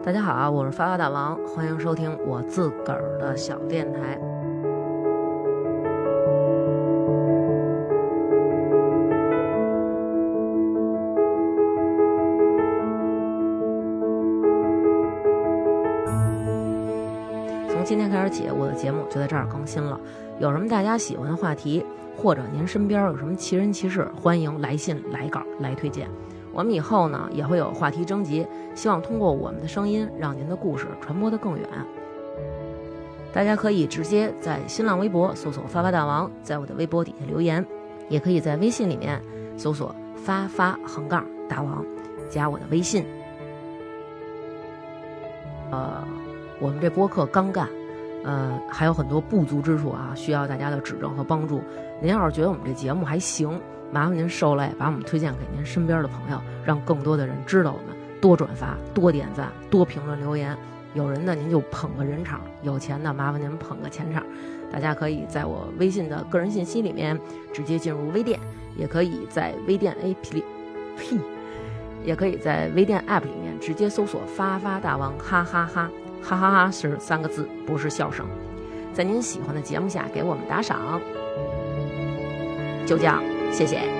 大家好啊，我是发发大王，欢迎收听我自个儿的小电台。从今天开始起，我的节目就在这儿更新了。有什么大家喜欢的话题，或者您身边有什么奇人奇事，欢迎来信来稿来推荐。我们以后呢也会有话题征集，希望通过我们的声音让您的故事传播得更远。大家可以直接在新浪微博搜索发发大王，在我的微博底下留言，也可以在微信里面搜索发发大王，加我的微信。我们这播客刚干，还有很多不足之处啊，需要大家的指正和帮助。您要是觉得我们这节目还行，麻烦您受累，把我们推荐给您身边的朋友，让更多的人知道我们，多转发，多点赞，多评论留言。有人的您就捧个人场，有钱的麻烦您捧个钱场。大家可以在我微信的个人信息里面直接进入微店，也可以在微店 也可以在微店 App 里面直接搜索发发大王，哈哈哈，哈哈哈是3个字，不是笑声。在您喜欢的节目下给我们打赏，就这样，谢谢。